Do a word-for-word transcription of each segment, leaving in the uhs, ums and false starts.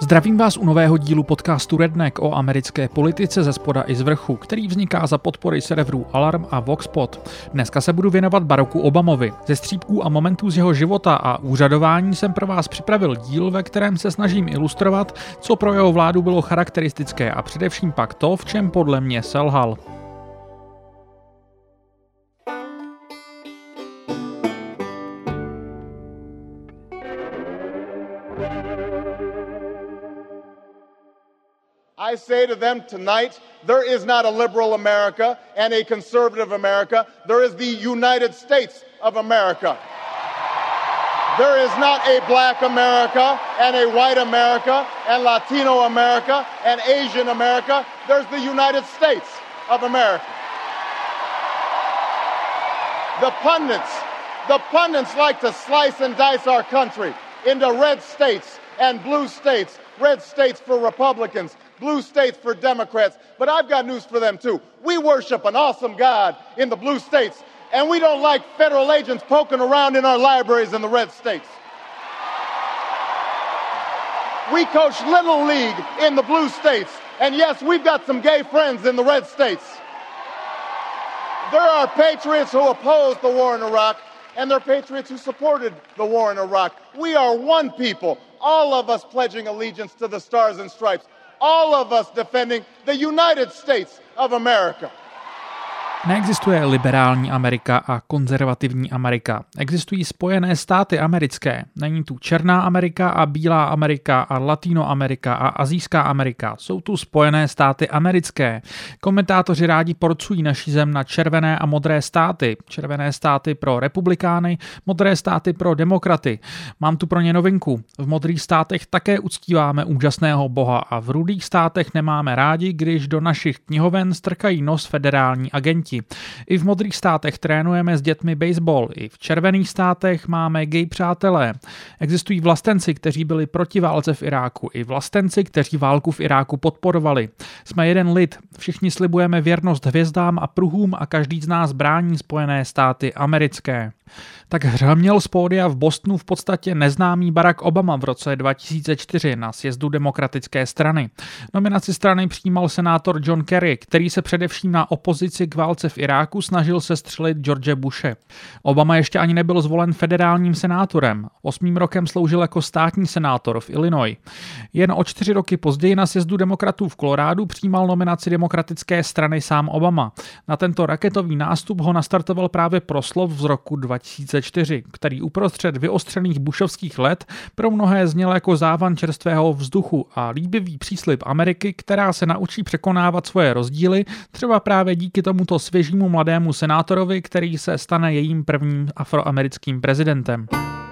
Zdravím vás u nového dílu podcastu Redneck o americké politice ze spoda i z vrchu, který vzniká za podpory serverů Alarm a Voxpod. Dneska se budu věnovat Baracku Obamovi. Ze střípků a momentů z jeho života a úřadování jsem pro vás připravil díl, ve kterém se snažím ilustrovat, co pro jeho vládu bylo charakteristické a především pak to, v čem podle mě selhal. I say to them tonight, there is not a liberal America and a conservative America. There is the United States of America. There is not a black America and a white America and Latino America and Asian America. There's the United States of America. The pundits, the pundits like to slice and dice our country into red states and blue states, red states for Republicans, blue states for Democrats, but I've got news for them too. We worship an awesome God in the blue states, and we don't like federal agents poking around in our libraries in the red states. We coach Little League in the blue states, and yes, we've got some gay friends in the red states. There are patriots who opposed the war in Iraq, and there are patriots who supported the war in Iraq. We are one people, all of us pledging allegiance to the Stars and Stripes. All of us defending the United States of America. Neexistuje liberální Amerika a konzervativní Amerika. Existují Spojené státy americké. Není tu Černá Amerika a Bílá Amerika a Latino Amerika a Asijská Amerika. Jsou tu Spojené státy americké. Komentátoři rádi porcují naší zem na červené a modré státy. Červené státy pro republikány, modré státy pro demokraty. Mám tu pro ně novinku. V modrých státech také uctíváme úžasného boha a v rudých státech nemáme rádi, když do našich knihoven strkají nos federální agenti. I v modrých státech trénujeme s dětmi baseball, i v červených státech máme gay přátelé. Existují vlastenci, kteří byli proti válce v Iráku, i vlastenci, kteří válku v Iráku podporovali. Jsme jeden lid, všichni slibujeme věrnost hvězdám a pruhům a každý z nás brání Spojené státy americké. Tak hřměl z pódia v Bostonu v podstatě neznámý Barack Obama v roce dva tisíce čtyři na sjezdu demokratické strany. Nominaci strany přijímal senátor John Kerry, který se především na opozici k válce v Iráku snažil sestřelit George Bushe. Obama ještě ani nebyl zvolen federálním senátorem. Osmým rokem sloužil jako státní senátor v Illinois. Jen o čtyři roky později na sjezdu demokratů v Kolorádu přijímal nominaci demokratické strany sám Obama. Na tento raketový nástup ho nastartoval právě proslov z roku dva tisíce čtyři, který uprostřed vyostřených bushovských let pro mnohé zněl jako závan čerstvého vzduchu a líbivý příslib Ameriky, která se naučí překonávat svoje rozdíly, třeba právě díky tomuto svěžímu mladému senátorovi, který se stane jejím prvním afroamerickým prezidentem.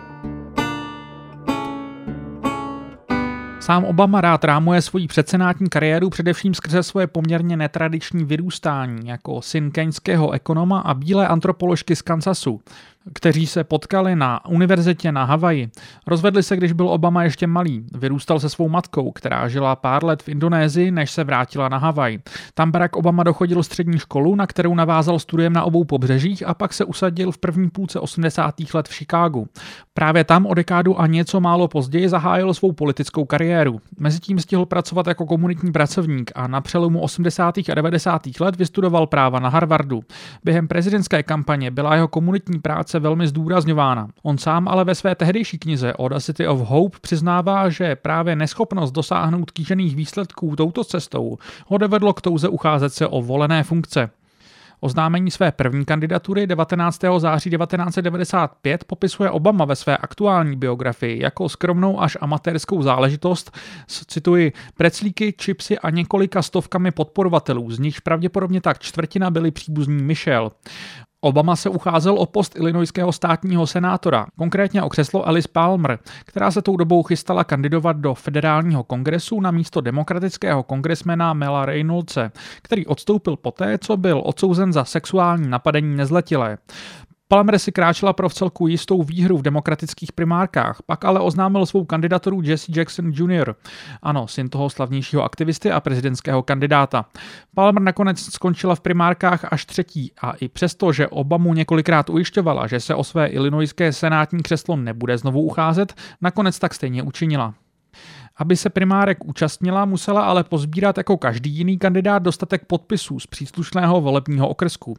Sám Obama rád rámuje svoji předsenátní kariéru především skrze svoje poměrně netradiční vyrůstání jako syn keňského ekonoma a bílé antropoložky z Kansasu, kteří se potkali na univerzitě na Havaji. Rozvedli se, když byl Obama ještě malý. Vyrůstal se svou matkou, která žila pár let v Indonésii, než se vrátila na Havaj. Tam Barack Obama dochodil střední školu, na kterou navázal studiem na obou pobřežích a pak se usadil v první půlce osmdesátých let v Chicagu. Právě tam o dekádu a něco málo později zahájil svou politickou kariéru. Mezitím stihl pracovat jako komunitní pracovník a na přelomu osmdesátých a devadesátých let vystudoval práva na Harvardu. Během prezidentské kampaně byla jeho komunitní práce velmi zdůrazňována. On sám ale ve své tehdejší knize Audacity of Hope přiznává, že právě neschopnost dosáhnout kýžených výsledků touto cestou ho dovedlo k touze ucházet se o volené funkce. Oznámení své první kandidatury devatenáctého září devatenáct set devadesát pět popisuje Obama ve své aktuální biografii jako skromnou až amatérskou záležitost s, cituji, preclíky, čipsy a několika stovkami podporovatelů, z nichž pravděpodobně tak čtvrtina byli příbuzní Michelle. Obama se ucházel o post illinoiského státního senátora, konkrétně o křeslo Alice Palmer, která se tou dobou chystala kandidovat do federálního kongresu na místo demokratického kongresmena Mela Reynoldse, který odstoupil poté, co byl odsouzen za sexuální napadení nezletilé. Palmer si kráčela pro vcelku jistou výhru v demokratických primárkách, pak ale oznámil svou kandidaturu Jesse Jackson junior Ano, syn toho slavnějšího aktivisty a prezidentského kandidáta. Palmer nakonec skončila v primárkách až třetí a i přesto, že Obamu několikrát ujišťovala, že se o své illinoiské senátní křeslo nebude znovu ucházet, nakonec tak stejně učinila. Aby se primárek účastnila, musela ale pozbírat jako každý jiný kandidát dostatek podpisů z příslušného volebního okrsku.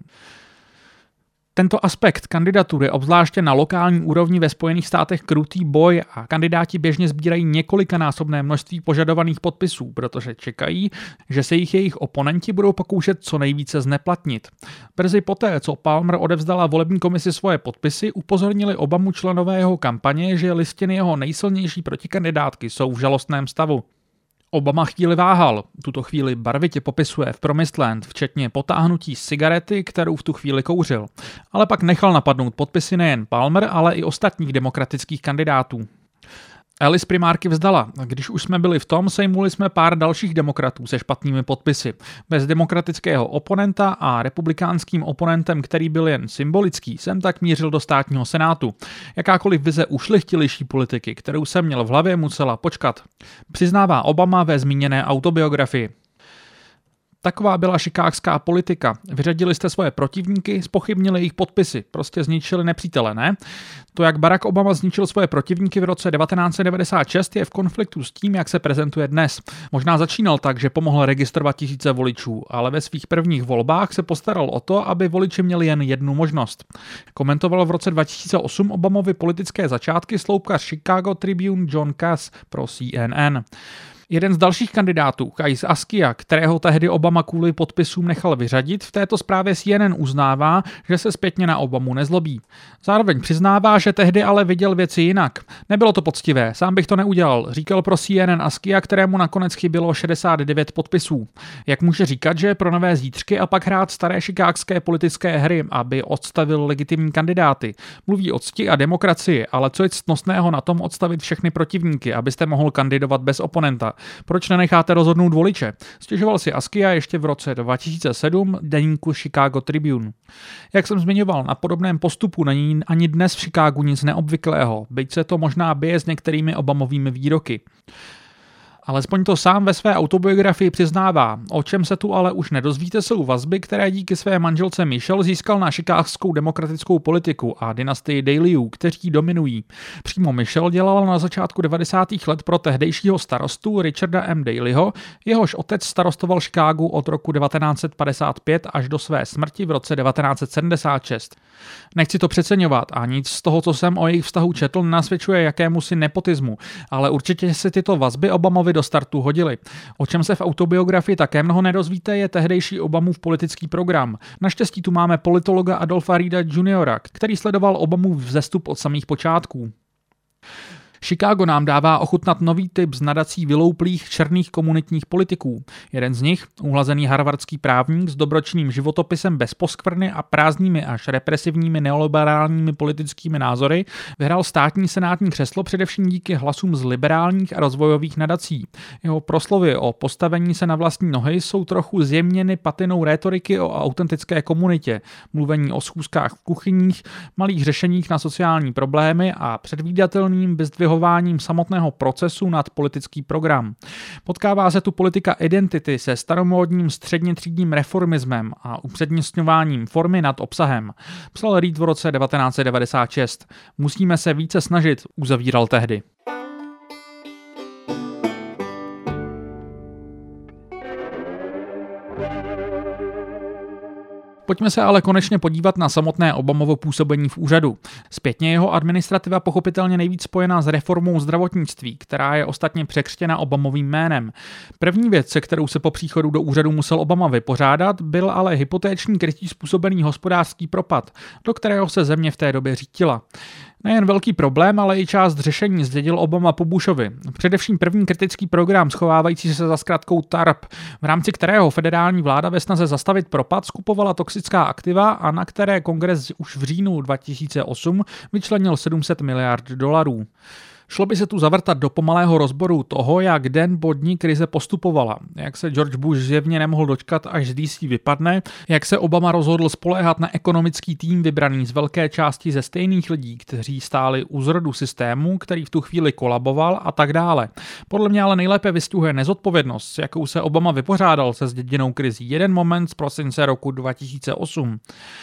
Tento aspekt kandidatury, obzvláště na lokální úrovni ve Spojených státech, krutý boj a kandidáti běžně sbírají několikanásobné množství požadovaných podpisů, protože čekají, že se jich jejich oponenti budou pokoušet co nejvíce zneplatnit. Brzy poté, co Palmer odevzdala volební komisi svoje podpisy, upozornili Obamu členové jeho kampaně, že listiny jeho nejsilnější protikandidátky jsou v žalostném stavu. Obama chvíli váhal, tuto chvíli barvitě popisuje v Promised Land, včetně potáhnutí z cigarety, kterou v tu chvíli kouřil, ale pak nechal napadnout podpisy nejen Palmer, ale i ostatních demokratických kandidátů. Alice primárky vzdala. Když už jsme byli v tom, sejmuli jsme pár dalších demokratů se špatnými podpisy. Bez demokratického oponenta a republikánským oponentem, který byl jen symbolický, jsem tak mířil do státního senátu. Jakákoliv vize ušlechtilejší politiky, kterou jsem měl v hlavě, musela počkat. Přiznává Obama ve zmíněné autobiografii. Taková byla chicagská politika. Vyřadili jste svoje protivníky, zpochybnili jejich podpisy, prostě zničili nepřítele, ne? To, jak Barack Obama zničil svoje protivníky v roce devatenáct set devadesát šest, je v konfliktu s tím, jak se prezentuje dnes. Možná začínal tak, že pomohl registrovat tisíce voličů, ale ve svých prvních volbách se postaral o to, aby voliči měli jen jednu možnost. Komentoval v roce dva tisíce osm Obamovy politické začátky sloupkař Chicago Tribune John Kass pro C N N. Jeden z dalších kandidátů, Kais Askia, kterého tehdy Obama kvůli podpisům nechal vyřadit, v této zprávě C N N uznává, že se zpětně na Obamu nezlobí. Zároveň přiznává, že tehdy ale viděl věci jinak. Nebylo to poctivé, sám bych to neudělal, říkal pro C N N Askia, kterému nakonec chybělo šedesát devět podpisů. Jak může říkat, že pro nové zítřky a pak hrát staré chicagské politické hry, aby odstavil legitimní kandidáty. Mluví o cti a demokracii, ale co je ctnostného na tom odstavit všechny protivníky, abyste mohl kandidovat bez oponenta? Proč nenecháte rozhodnout voliče? Stěžoval si Askia ještě v roce dva tisíce sedm deníku Chicago Tribune. Jak jsem zmiňoval, na podobném postupu není ani dnes v Chicagu nic neobvyklého, byť se to možná bije s některými Obamovými výroky. Alespoň to sám ve své autobiografii přiznává. O čem se tu ale už nedozvíte, jsou vazby, které díky své manželce Michelle získal na chicagskou demokratickou politiku a dynastii Daleyů, kteří dominují. Přímo Michelle dělala na začátku devadesátých let pro tehdejšího starostu Richarda M. Daleyho, jehož otec starostoval Chicagu od roku devatenáct set padesát pět až do své smrti v roce devatenáct set sedmdesát šest. Nechci to přeceňovat a nic z toho, co jsem o jejich vztahu četl, nasvědčuje jakémusi nepotismu, ale určitě se tyto vazby Obamovi do startu hodili. O čem se v autobiografii také mnoho nedozvíte, je tehdejší Obamův politický program. Naštěstí tu máme politologa Adolfa Reeda juniora, který sledoval Obamův vzestup od samých počátků. Chicago nám dává ochutnat nový typ z nadací vylouplých černých komunitních politiků. Jeden z nich, uhlazený harvardský právník s dobročným životopisem bez poskvrny a prázdnými až represivními neoliberálními politickými názory, vyhrál státní senátní křeslo především díky hlasům z liberálních a rozvojových nadací. Jeho proslovy o postavení se na vlastní nohy jsou trochu zjemněny patinou rétoriky o autentické komunitě, mluvení o schůzkách v kuchyních, malých řešeních na sociální problémy a předvídatelným vyzdvihováním samotného procesu nad politický program. Potkává se tu politika identity se staromódním středně třídním reformismem a upřednostňováním formy nad obsahem. Psal Reed v roce devatenáct set devadesát šest. Musíme se více snažit, uzavíral tehdy. Pojďme se ale konečně podívat na samotné Obamovo působení v úřadu. Zpětně jeho administrativa pochopitelně nejvíc spojená s reformou zdravotnictví, která je ostatně překřtěna Obamovým jménem. První věc, se kterou se po příchodu do úřadu musel Obama vypořádat, byl ale hypotéční krytí způsobený hospodářský propad, do kterého se země v té době řítila. Nejen velký problém, ale i část řešení zdědil Obama po Bushovi. Především první kritický program schovávající se za zkratkou T A R P, v rámci kterého federální vláda ve snaze zastavit propad skupovala toxická aktiva a na které kongres už v říjnu dva tisíce osm vyčlenil sedm set miliard dolarů. Šlo by se tu zavrtat do pomalého rozboru toho, jak den po dní krize postupovala, jak se George Bush zjevně nemohl dočkat, až z D C vypadne, jak se Obama rozhodl spoléhat na ekonomický tým vybraný z velké části ze stejných lidí, kteří stáli u zrodu systému, který v tu chvíli kolaboval a tak dále. Podle mě ale nejlépe vystihuje nezodpovědnost, s jakou se Obama vypořádal se zděděnou krizí jeden moment z prosince roku dva tisíce osm.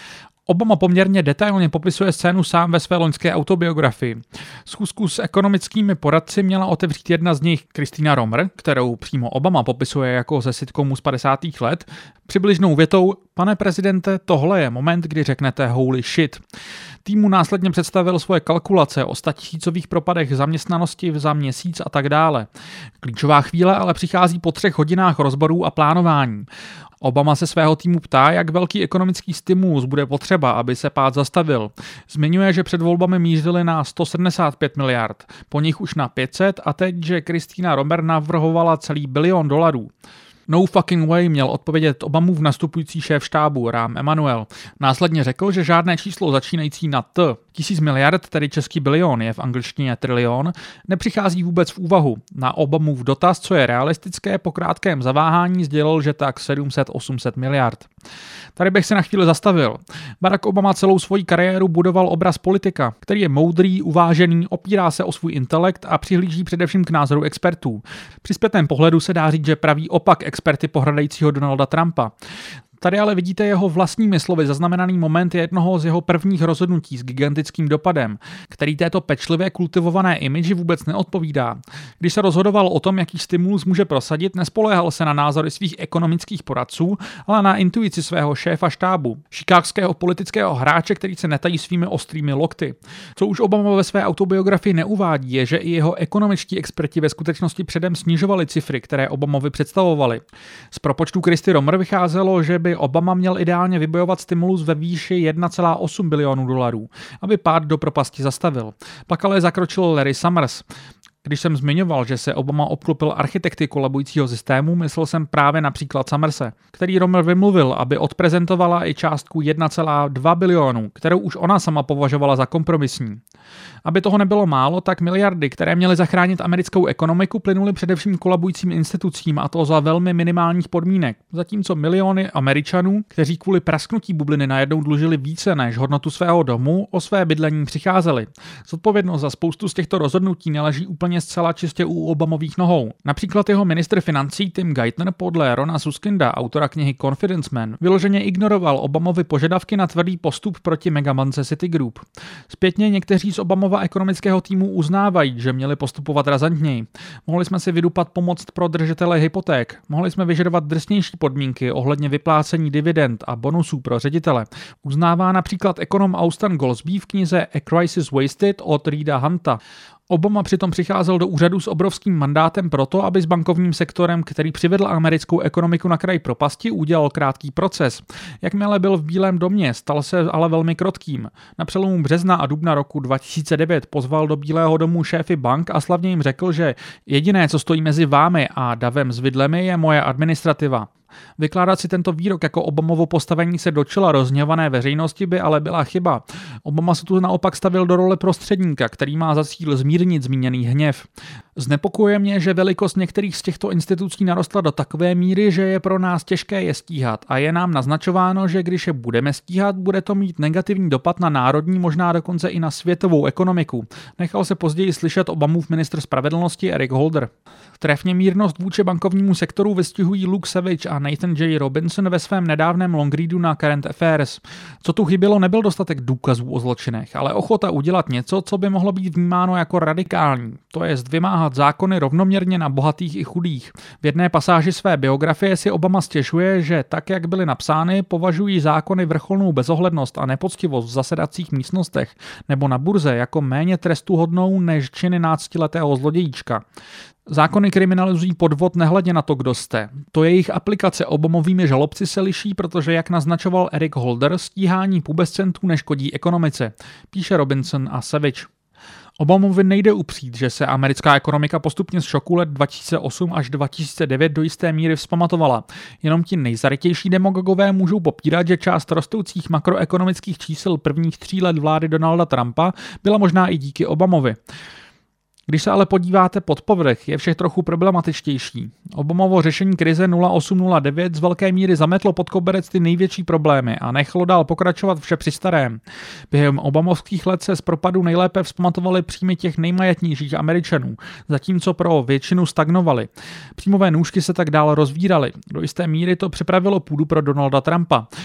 Obama poměrně detailně popisuje scénu sám ve své loňské autobiografii. Schůzku s ekonomickými poradci měla otevřít jedna z nich, Christina Romer, kterou přímo Obama popisuje jako ze sitcomu z padesátých let, přibližnou větou: pane prezidente, tohle je moment, kdy řeknete holy shit. Týmu následně představil svoje kalkulace o statisícových propadech zaměstnanosti za měsíc a tak dále. Klíčová chvíle ale přichází po třech hodinách rozborů a plánování. Obama se svého týmu ptá, jak velký ekonomický stimulus bude potřeba, aby se pád zastavil. Zmiňuje, že před volbami mířili na sto sedmdesát pět miliard, po nich už na pět set a teď, že Christina Romer navrhovala celý bilion dolarů. No fucking way, měl odpovědět Obamův nastupující šéf štábu Rahm Emanuel. Následně řekl, že žádné číslo začínající na T, tisíc miliard, tedy český bilion, je v angličtině trilion, nepřichází vůbec v úvahu. Na Obamův dotaz, co je realistické, po krátkém zaváhání sdělil, že tak sedm set až osm set miliard. Tady bych se na chvíli zastavil. Barack Obama celou svoji kariéru budoval obraz politika, který je moudrý, uvážený, opírá se o svůj intelekt a přihlíží především k názoru expertů. Při zpětném pohledu se dá říct, že praví opak experty pohrdajícího Donalda Trumpa. Tady ale vidíte jeho vlastními slovy zaznamenaný moment jednoho z jeho prvních rozhodnutí s gigantickým dopadem, který této pečlivě kultivované imidži vůbec neodpovídá. Když se rozhodoval o tom, jaký stimulus může prosadit, nespoléhal se na názory svých ekonomických poradců, ale na intuici svého šéfa štábu, chicagského politického hráče, který se netají svými ostrými lokty. Co už Obama ve své autobiografii neuvádí, je, že i jeho ekonomičtí experti ve skutečnosti předem snižovali cifry, které Obamovi představovali. Z propočtů Christy Romer vycházelo, že by Obama měl ideálně vybojovat stimulus ve výši jedna celá osm bilionu dolarů, aby pád do propasti zastavil. Pak ale zakročil Larry Summers. Když jsem zmiňoval, že se Obama obklopil architekty kolabujícího systému, myslel jsem právě například Summerse, který Romer vymluvil, aby odprezentovala i částku jedna celá dva bilionu, kterou už ona sama považovala za kompromisní. Aby toho nebylo málo, tak miliardy, které měly zachránit americkou ekonomiku, plynuly především kolabujícím institucím, a to za velmi minimálních podmínek, zatímco miliony Američanů, kteří kvůli prasknutí bubliny najednou dlužili více než hodnotu svého domu, o své bydlení přicházeli. Zodpovědnost za spoustu z těchto rozhodnutí neleží úplně zcela čistě u Obamových nohou. Například jeho ministr financí Tim Geithner podle Rona Suskinda, autora knihy Confidence Man, vyloženě ignoroval Obamovy požadavky na tvrdý postup proti megabance Citigroup. Zpětně někteří z Obamova ekonomického týmu uznávají, že měli postupovat razantněji. Mohli jsme si vydupat pomoc pro držitele hypoték, mohli jsme vyžadovat drsnější podmínky ohledně vyplácení dividend a bonusů pro ředitele. Uznává například ekonom Austin Goldsby v knize A Crisis Wasted od Reeda Hunta. Obama přitom přicházel do úřadu s obrovským mandátem proto, aby s bankovním sektorem, který přivedl americkou ekonomiku na kraj propasti, udělal krátký proces. Jakmile byl v Bílém domě, stal se ale velmi krotkým. Na přelomu března a dubna roku dva tisíce devět pozval do Bílého domu šéfy bank a slavně jim řekl, že jediné, co stojí mezi vámi a davem s vidlemi, je moje administrativa. Vykládat si tento výrok jako Obamovo postavení se do čela rozhněvané veřejnosti by ale byla chyba. Obama se tu naopak stavil do role prostředníka, který má za cíl zmírnit zmíněný hněv. Znepokojuje mě, že velikost některých z těchto institucí narostla do takové míry, že je pro nás těžké je stíhat a je nám naznačováno, že když je budeme stíhat, bude to mít negativní dopad na národní, možná dokonce i na světovou ekonomiku. Nechal se později slyšet Obamův ministr spravedlnosti Eric Holder. Trefně mírnost vůči bankovnímu sektoru vystihují Luke Savage a Nathan J. Robinson ve svém nedávném longreadu na Current Affairs. Co tu chybělo, nebyl dostatek důkazů o zločinech, ale ochota udělat něco, co by mohlo být vnímáno jako radikální. To jest vymáhat zákony rovnoměrně na bohatých i chudých. V jedné pasáži své biografie si Obama stěžuje, že tak, jak byly napsány, považují zákony vrcholnou bezohlednost a nepoctivost v zasedacích místnostech nebo na burze jako méně trestuhodnou než činy náctiletého zlodějíčka. Zákony kriminalizují podvod nehledě na to, kdo jste. To jejich aplikace Obamovými žalobci se liší, protože, jak naznačoval Eric Holder, stíhání pubescentů neškodí ekonomice, píše Robinson a Savage. Obamovi nejde upřít, že se americká ekonomika postupně z šoku let dva tisíce osm až dva tisíce devět do jisté míry vzpamatovala. Jenom ti nejzarytější demagogové můžou popírat, že část rostoucích makroekonomických čísel prvních tří let vlády Donalda Trumpa byla možná i díky Obamovi. Když se ale podíváte pod povrch, je vše trochu problematičtější. Obamovo řešení krize nula osm nula devět z velké míry zametlo pod koberec ty největší problémy a nechalo dál pokračovat vše při starém. Během obamovských let se z propadu nejlépe vzpamatovaly příjmy těch nejmajetnějších Američanů, zatímco pro většinu stagnovaly. Příjmové nůžky se tak dál rozvíraly. Do jisté míry to připravilo půdu pro Donalda Trumpa.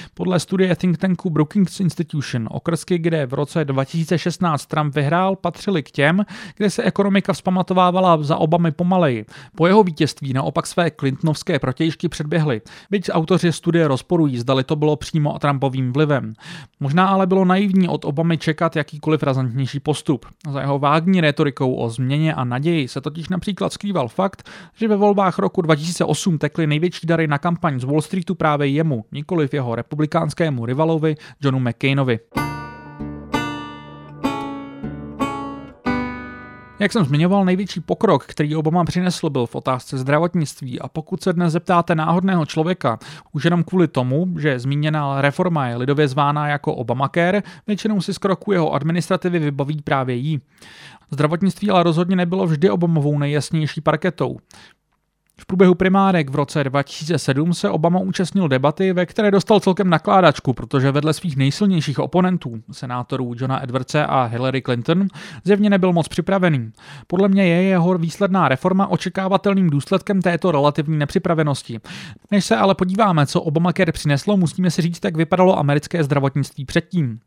Podle studie think tanku Brookings Institution okrsky, kde v roce dva tisíce šestnáct Trump vyhrál, patřily k těm, kde se ekonomika vzpamatovávala za Obamy pomaleji. Po jeho vítězství naopak své clintonovské protějšky předběhly. Byť autoři studie rozporují, zdali to bylo přímo Trumpovým vlivem. Možná ale bylo naivní od Obamy čekat jakýkoliv razantnější postup. Za jeho vágní rétorikou o změně a naději se totiž například skrýval fakt, že ve volbách roku dva tisíce osm tekly největší dary na kampaň z Wall Streetu právě jemu, nikoliv jeho republikánskému rivalovi Johnu McCainovi. Jak jsem zmiňoval, největší pokrok, který Obama přinesl, byl v otázce zdravotnictví a pokud se dnes zeptáte náhodného člověka, už jenom kvůli tomu, že zmíněná reforma je lidově zvána jako Obamacare, většinou si z kroku jeho administrativy vybaví právě jí. Zdravotnictví ale rozhodně nebylo vždy Obamovou nejjasnější parketou. V průběhu primárek v roce dva tisíce sedm se Obama účastnil debaty, ve které dostal celkem nakládačku, protože vedle svých nejsilnějších oponentů, senátorů Johna Edwardse a Hillary Clinton, zjevně nebyl moc připravený. Podle mě je jeho výsledná reforma očekávatelným důsledkem této relativní nepřipravenosti. Než se ale podíváme, co Obamacare přineslo, musíme si říct, jak vypadalo americké zdravotnictví předtím.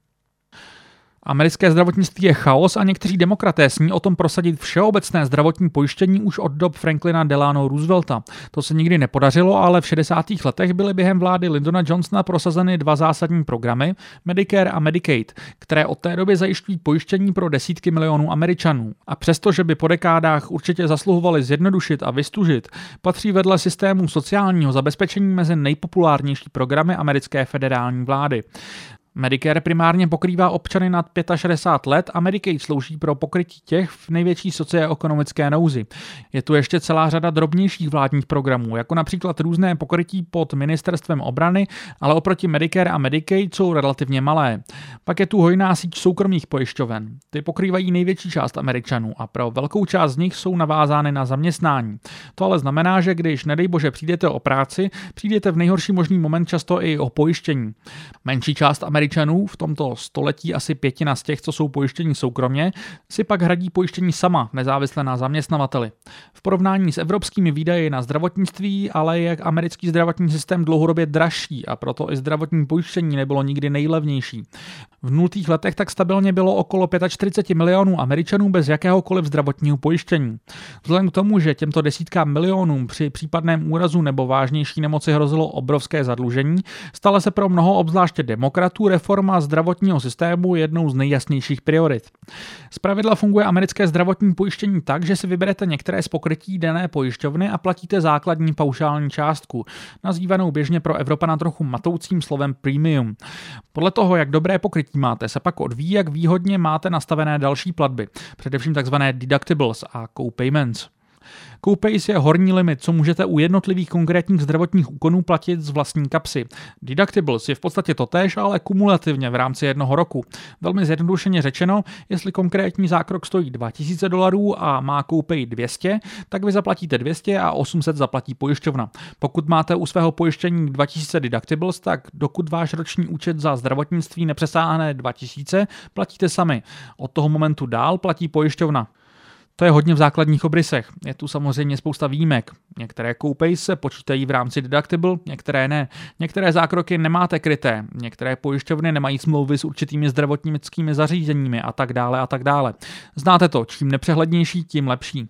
Americké zdravotnictví je chaos a někteří demokraté sní o tom prosadit všeobecné zdravotní pojištění už od dob Franklina Delano Roosevelta. To se nikdy nepodařilo, ale v šedesátých letech byly během vlády Lyndona Johnsona prosazeny dva zásadní programy, Medicare a Medicaid, které od té doby zajišťují pojištění pro desítky milionů Američanů. A přestože by po dekádách určitě zasluhovali zjednodušit a vystužit, patří vedle systému sociálního zabezpečení mezi nejpopulárnější programy americké federální vlády. Medicare primárně pokrývá občany nad šedesát pět let a Medicaid slouží pro pokrytí těch v největší socioekonomické nouzi. Je tu ještě celá řada drobnějších vládních programů, jako například různé pokrytí pod ministerstvem obrany, ale oproti Medicare a Medicaid jsou relativně malé. Pak je tu hojná síť soukromých pojišťoven. Ty pokrývají největší část Američanů a pro velkou část z nich jsou navázány na zaměstnání. To ale znamená, že když nedej bože přijdete o práci, přijdete v nejhorší možný moment často i o pojištění. Menší část Američanů, v tomto století asi pětina z těch, co jsou pojištění soukromě, si pak hradí pojištění sama, nezávisle na zaměstnavateli. V porovnání s evropskými výdaji na zdravotnictví, ale je americký zdravotní systém dlouhodobě dražší a proto i zdravotní pojištění nebylo nikdy nejlevnější. V nultých letech tak stabilně bylo okolo čtyřicet pět milionů Američanů bez jakéhokoliv zdravotního pojištění. Vzhledem k tomu, že těmto desítkám milionům při případném úrazu nebo vážnější nemoci hrozilo obrovské zadlužení, stala se pro mnoho obzvláště demokratů reforma zdravotního systému jednou z nejjasnějších priorit. Zpravidla funguje americké zdravotní pojištění tak, že si vyberete některé z pokrytí dané pojišťovny a platíte základní paušální částku, nazývanou běžně pro Evropana trochu matoucím slovem premium. Podle toho, jak dobré pokrytí máte, se pak odvíjí, jak výhodně máte nastavené další platby, především takzvané deductibles a co-payments. Copays je horní limit, co můžete u jednotlivých konkrétních zdravotních úkonů platit z vlastní kapsy. Deductibles je v podstatě totéž, ale kumulativně v rámci jednoho roku. Velmi zjednodušeně řečeno, jestli konkrétní zákrok stojí dva tisíce dolarů a má copay dvě stě, tak vy zaplatíte dvě stě a osm set zaplatí pojišťovna. Pokud máte u svého pojištění dva tisíce deductibles, tak dokud váš roční účet za zdravotnictví nepřesáhne dva tisíce, platíte sami. Od toho momentu dál platí pojišťovna. To je hodně v základních obrysech. Je tu samozřejmě spousta výjimek. Některé copays se počítají v rámci deductible, některé ne. Některé zákroky nemáte kryté, některé pojišťovny nemají smlouvy s určitými zdravotnickými zařízeními a tak dále a tak dále. Znáte to, čím nepřehlednější, tím lepší.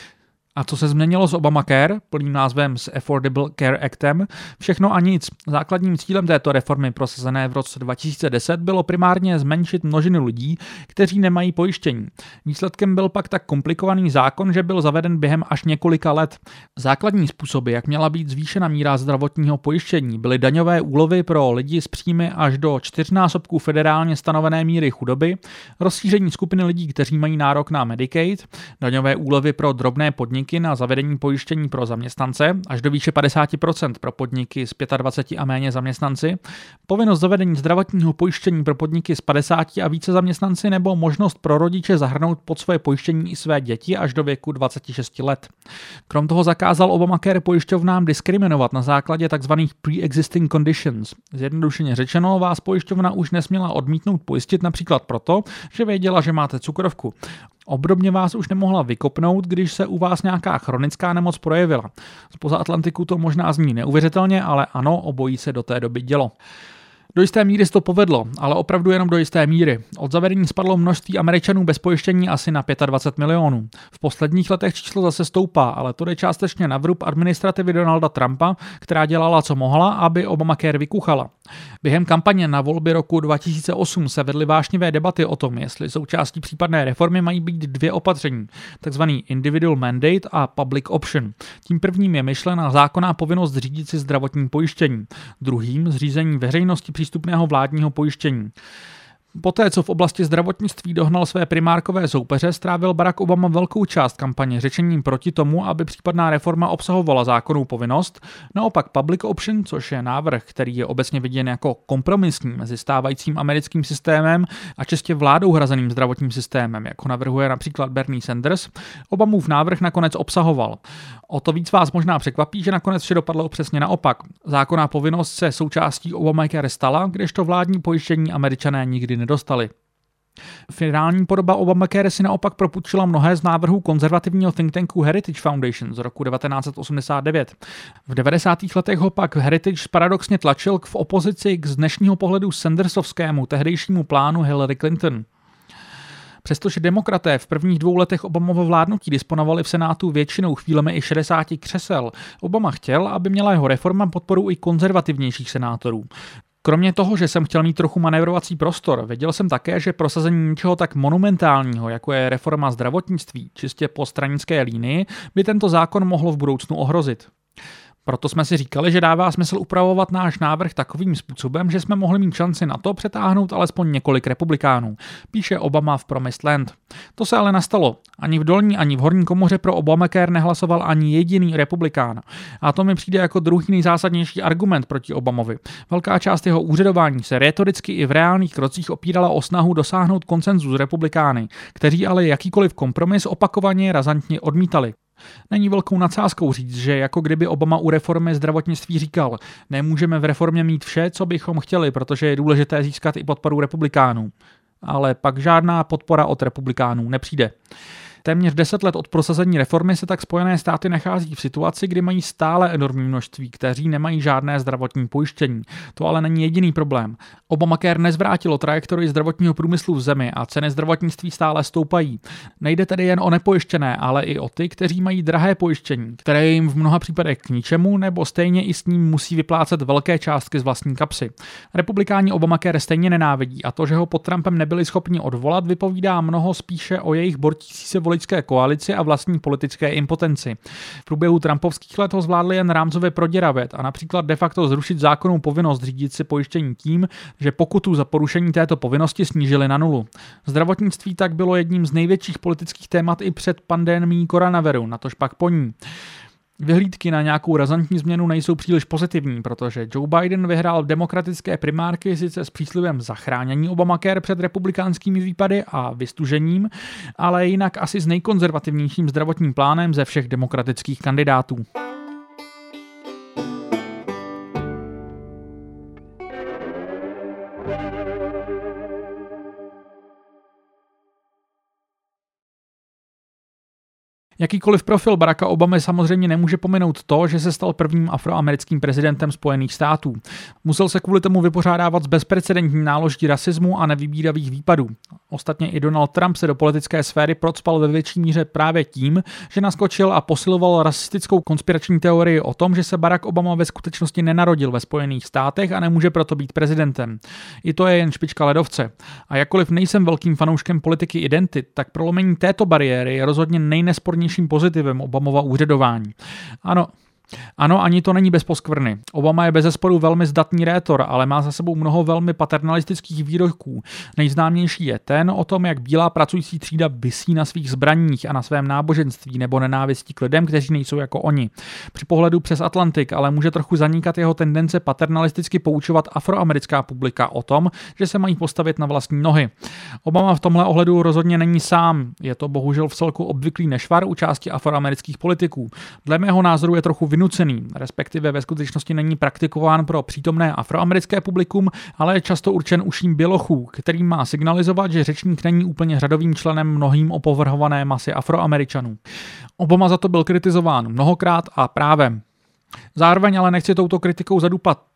A co se změnilo s Obamacare, plným názvem s Affordable Care Actem? Všechno a nic. Základním cílem této reformy prosazené v roce dva tisíce deset bylo primárně zmenšit množinu lidí, kteří nemají pojištění. Výsledkem byl pak tak komplikovaný zákon, že byl zaveden během až několika let. Základní způsoby, jak měla být zvýšena míra zdravotního pojištění, byly daňové úlevy pro lidi s příjmy až do čtyřnásobku federálně stanovené míry chudoby, rozšíření skupiny lidí, kteří mají nárok na Medicaid, daňové úlevy pro drobné podniky na zavedení pojištění pro zaměstnance až do výše padesát procent pro podniky s dvaceti pěti a méně zaměstnanci, povinnost zavedení zdravotního pojištění pro podniky s padesáti a více zaměstnanci nebo možnost pro rodiče zahrnout pod své pojištění i své děti až do věku dvaceti šesti let. Krom toho zakázal Obamacare pojišťovnám diskriminovat na základě tzv. Pre-existing conditions. Zjednodušeně řečeno, vás pojišťovna už nesměla odmítnout pojistit například proto, že věděla, že máte cukrovku. Obdobně vás už nemohla vykopnout, když se u vás nějaká chronická nemoc projevila. Zpoza Atlantiku to možná zní neuvěřitelně, ale ano, obojí se do té doby dělo. Do jisté míry se to povedlo, ale opravdu jenom do jisté míry. Od zavedení spadlo množství Američanů bez pojištění asi na dvacet pět milionů. V posledních letech číslo zase stoupá, ale to jde částečně na vrub administrativy Donalda Trumpa, která dělala, co mohla, aby Obamacare vykuchala. Během kampaně na volby roku dva tisíce osm se vedly vášnivé debaty o tom, jestli součástí případné reformy mají být dvě opatření, takzvaný individual mandate a public option. Tím prvním je myšlena zákonná povinnost řídit si zdravotní pojištění, druhým zřízení veřejnosti přístupného vládního pojištění. Poté, co v oblasti zdravotnictví dohnal své primárkové soupeře, strávil Barack Obama velkou část kampaně řečením proti tomu, aby případná reforma obsahovala zákonnou povinnost. Naopak public option, což je návrh, který je obecně viděn jako kompromisní mezi stávajícím americkým systémem a čistě vládou hrazeným zdravotním systémem, jako navrhuje například Bernie Sanders, Obamův návrh nakonec obsahoval. O to víc vás možná překvapí, že nakonec vše dopadlo přesně naopak. Zákonná povinnost se součástí Obamacare stala, kdežto vládní pojištění Američané nikdy nedostali. Finální podoba Obamacare si naopak propůjčila mnohé z návrhů konzervativního think tanku Heritage Foundation z roku devatenáct set osmdesát devět. V devadesátých letech ho pak Heritage paradoxně tlačil v opozici k z dnešního pohledu Sandersovskému tehdejšímu plánu Hillary Clinton. Přestože demokraté v prvních dvou letech Obamova vládnutí disponovali v Senátu většinou chvílemi i šedesát křesel, Obama chtěl, aby měla jeho reforma podporu i konzervativnějších senátorů. Kromě toho, že jsem chtěl mít trochu manévrovací prostor, věděl jsem také, že prosazení něčeho tak monumentálního, jako je reforma zdravotnictví, čistě po stranické línii, by tento zákon mohlo v budoucnu ohrozit. Proto jsme si říkali, že dává smysl upravovat náš návrh takovým způsobem, že jsme mohli mít šanci na to přetáhnout alespoň několik republikánů, píše Obama v Promised Land. To se ale nestalo. Ani v dolní, ani v horní komoře pro Obamacare nehlasoval ani jediný republikán. A to mi přijde jako druhý nejzásadnější argument proti Obamovi. Velká část jeho úřadování se rétoricky i v reálných krocích opírala o snahu dosáhnout konsenzu s republikány, kteří ale jakýkoliv kompromis opakovaně razantně odmítali. Není velkou nadsázkou říct, že jako kdyby Obama u reformy zdravotnictví říkal, nemůžeme v reformě mít vše, co bychom chtěli, protože je důležité získat i podporu republikánů. Ale pak žádná podpora od republikánů nepřijde. Téměř deset let od prosazení reformy se tak Spojené státy nachází v situaci, kdy mají stále enormní množství, kteří nemají žádné zdravotní pojištění. To ale není jediný problém. Obamacare nezvrátilo trajektorii zdravotního průmyslu v zemi a ceny zdravotnictví stále stoupají. Nejde tedy jen o nepojištěné, ale i o ty, kteří mají drahé pojištění, které je jim v mnoha případech k ničemu, nebo stejně i s ním musí vyplácet velké částky z vlastní kapsy. Republikáni Obamacare stejně nenávidí a to, že ho pod Trumpem nebyli schopni odvolat, vypovídá mnoho spíše o jejich bortící se voličské koalici a vlastní politické impotenci. V průběhu trumpovských let ho zvládli jen rámcově proděravět a například de facto zrušit zákonnou povinnost řídit si pojištění tím, že pokutu za porušení této povinnosti snížili na nulu. Zdravotnictví tak bylo jedním z největších politických témat i před pandemií koronaviru, natož pak po ní. Vyhlídky na nějakou razantní změnu nejsou příliš pozitivní, protože Joe Biden vyhrál demokratické primárky sice s příslibem zachránění Obamacare před republikánskými výpady a vystužením, ale jinak asi s nejkonzervativnějším zdravotním plánem ze všech demokratických kandidátů. Jakýkoliv profil Baracka Obamy samozřejmě nemůže pominout to, že se stal prvním afroamerickým prezidentem Spojených států. Musel se kvůli tomu vypořádávat s bezprecedentní náloží rasismu a nevybíravých výpadů. Ostatně i Donald Trump se do politické sféry procpal ve větší míře právě tím, že naskočil a posiloval rasistickou konspirační teorii o tom, že se Barack Obama ve skutečnosti nenarodil ve Spojených státech a nemůže proto být prezidentem. I to je jen špička ledovce. A jakkoliv nejsem velkým fanouškem politiky identit, tak prolomení této bariéry je rozhodně nejnespornější pozitivem Obamova úřadování. Ano, Ano, ani to není bez poskvrny. Obama je bezesporu velmi zdatný rétor, ale má za sebou mnoho velmi paternalistických výroků. Nejznámější je ten o tom, jak bílá pracující třída visí na svých zbraních a na svém náboženství nebo nenávistí k lidem, kteří nejsou jako oni. Při pohledu přes Atlantik ale může trochu zanikat jeho tendence paternalisticky poučovat afroamerická publika o tom, že se mají postavit na vlastní nohy. Obama v tomhle ohledu rozhodně není sám. Je to bohužel vcelku obvyklý nešvar u části afroamerických politiků. Dle mého názoru je trochu vynucený, respektive ve skutečnosti není praktikován pro přítomné afroamerické publikum, ale je často určen uším bělochů, kterým má signalizovat, že řečník není úplně řadovým členem mnohým opovrhované masy Afroameričanů. Obama za to byl kritizován mnohokrát a právem. Zároveň ale nechci touto kritikou zadupat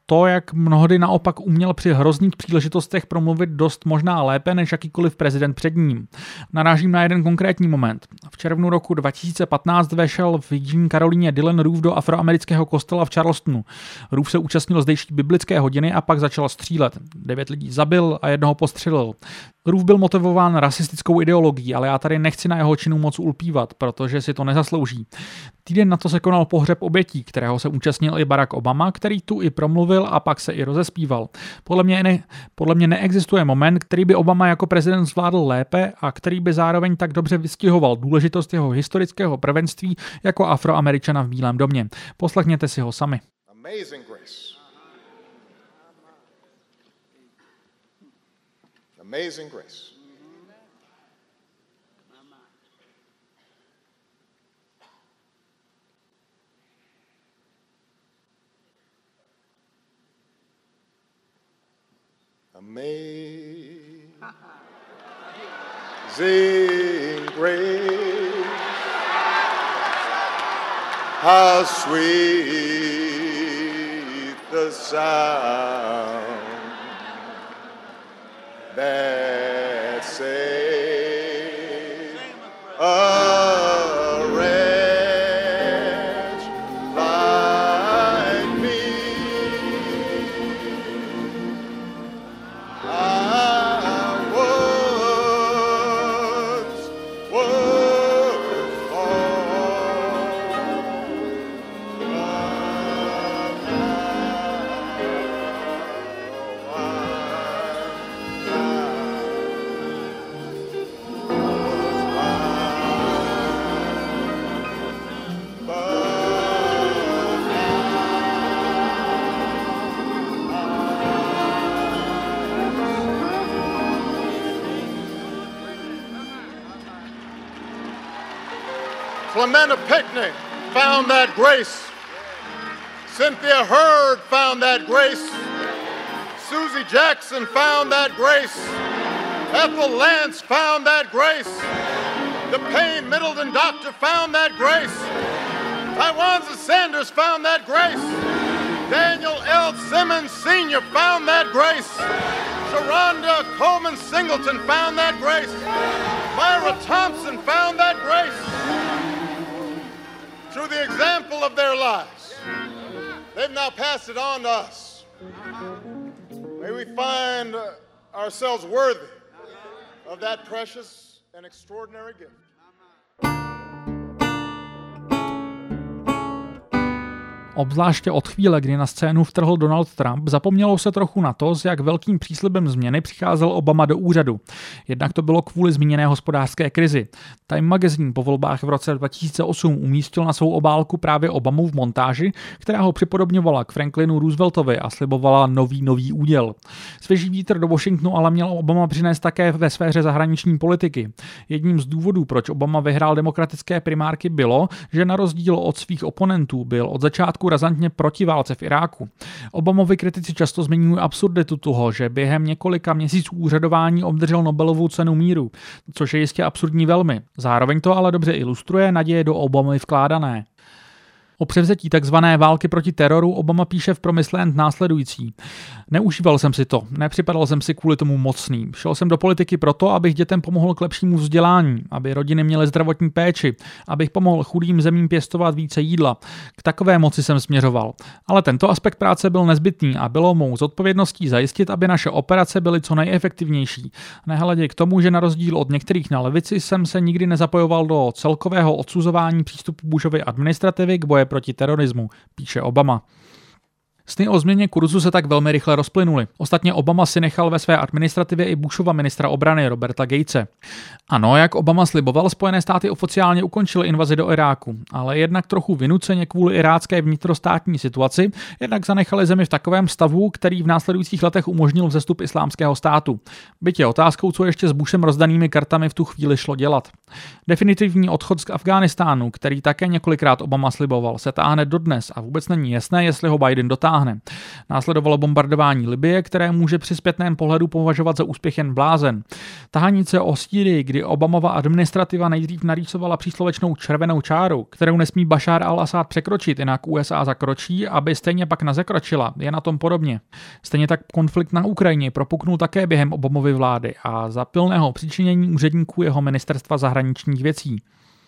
to, jak mnohdy naopak uměl při hrozných příležitostech promluvit dost možná lépe než jakýkoliv prezident před ním. Narážím na jeden konkrétní moment. V červnu roku dva tisíce patnáct vešel v Jižní Karolíně Dylan Roof do afroamerického kostela v Charlestonu. Roof se účastnil zdejší biblické hodiny a pak začal střílet. Devět lidí zabil a jednoho postřelil. Roof byl motivován rasistickou ideologií, ale já tady nechci na jeho činu moc ulpívat, protože si to nezaslouží. Týden na to se konal pohřeb obětí, kterého se účastnil i Barack Obama, který tu i promluvil a pak se i rozespíval. Podle mě, ne, podle mě neexistuje moment, který by Obama jako prezident zvládl lépe a který by zároveň tak dobře vystihoval důležitost jeho historického prvenství jako Afroameričana v Bílém domě. Poslechněte si ho sami. Amazing grace. Amazing grace. Amazing grace, how sweet the sound that saved a wretch like me. I once was all, but Clementa Pinckney found that grace. Cynthia Hurd found that grace. Susie Jackson found that grace. Ethel Lance found that grace. The Payne Middleton doctor found that grace. Tywanza Sanders found that grace. Daniel L. Simmons Senior found that grace. Sharonda Coleman Singleton found that grace. Myra Thompson found that grace. Through the example of their lives, they've now passed it on to us. May we find ourselves worthy of that precious and extraordinary gift. Obzvláště od chvíle, kdy na scénu vtrhl Donald Trump, zapomnělo se trochu na to, s jak velkým příslibem změny přicházel Obama do úřadu. Jednak to bylo kvůli zmíněné hospodářské krizi. Time Magazine po volbách v roce dva tisíce osm umístil na svou obálku právě Obamu v montáži, která ho připodobňovala k Franklinu Rooseveltovi a slibovala nový nový úděl. Svěží vítr do Washingtonu ale měl Obama přinést také ve sféře zahraniční politiky. Jedním z důvodů, proč Obama vyhrál demokratické primárky, bylo, že na rozdíl od svých oponentů byl od začátku razantně proti válce v Iráku. Obamovi kritici často zmiňují absurditu toho, že během několika měsíců úřadování obdržel Nobelovu cenu míru, což je jistě absurdní velmi. Zároveň to ale dobře ilustruje naděje do Obamy vkládané. O převzetí takzvané války proti teroru Obama píše v Promised Land následující. Neužíval jsem si to, nepřipadal jsem si kvůli tomu mocný. Šel jsem do politiky proto, abych dětem pomohl k lepšímu vzdělání, aby rodiny měly zdravotní péči, abych pomohl chudým zemím pěstovat více jídla. K takové moci jsem směřoval. Ale tento aspekt práce byl nezbytný a bylo mou zodpovědností zajistit, aby naše operace byly co nejefektivnější. Nehledě k tomu, že na rozdíl od některých na levici jsem se nikdy nezapojoval do celkového odsuzování přístupu Bushovy administrativy k boji proti terorismu, píše Obama. Sny o změně kurzu se tak velmi rychle rozplynuly. Ostatně Obama si nechal ve své administrativě i Bushova ministra obrany Roberta Gatese. Ano, jak Obama sliboval, Spojené státy oficiálně ukončily invazi do Iráku, ale jednak trochu vynuceně kvůli irácké vnitrostátní situaci, jednak zanechali zemi v takovém stavu, který v následujících letech umožnil vzestup islámského státu. Byť je otázkou, co ještě s Bushem rozdanými kartami v tu chvíli šlo dělat. Definitivní odchod z Afghánistánu, který také několikrát Obama sliboval, se táhne dodnes a vůbec není jasné, jestli ho Biden dotáhne. nedosáhne. Následovalo bombardování Libye, které může při zpětném pohledu považovat za úspěch jen blázen. Tahanice o Sýrii, kdy Obamova administrativa nejdřív narýsovala příslovečnou červenou čáru, kterou nesmí Bašár al-Asad překročit, jinak U S A zakročí, aby stejně pak nezakročila, je na tom podobně. Stejně tak konflikt na Ukrajině propuknul také během Obamovy vlády a za pilného přičinění úředníků jeho ministerstva zahraničních věcí.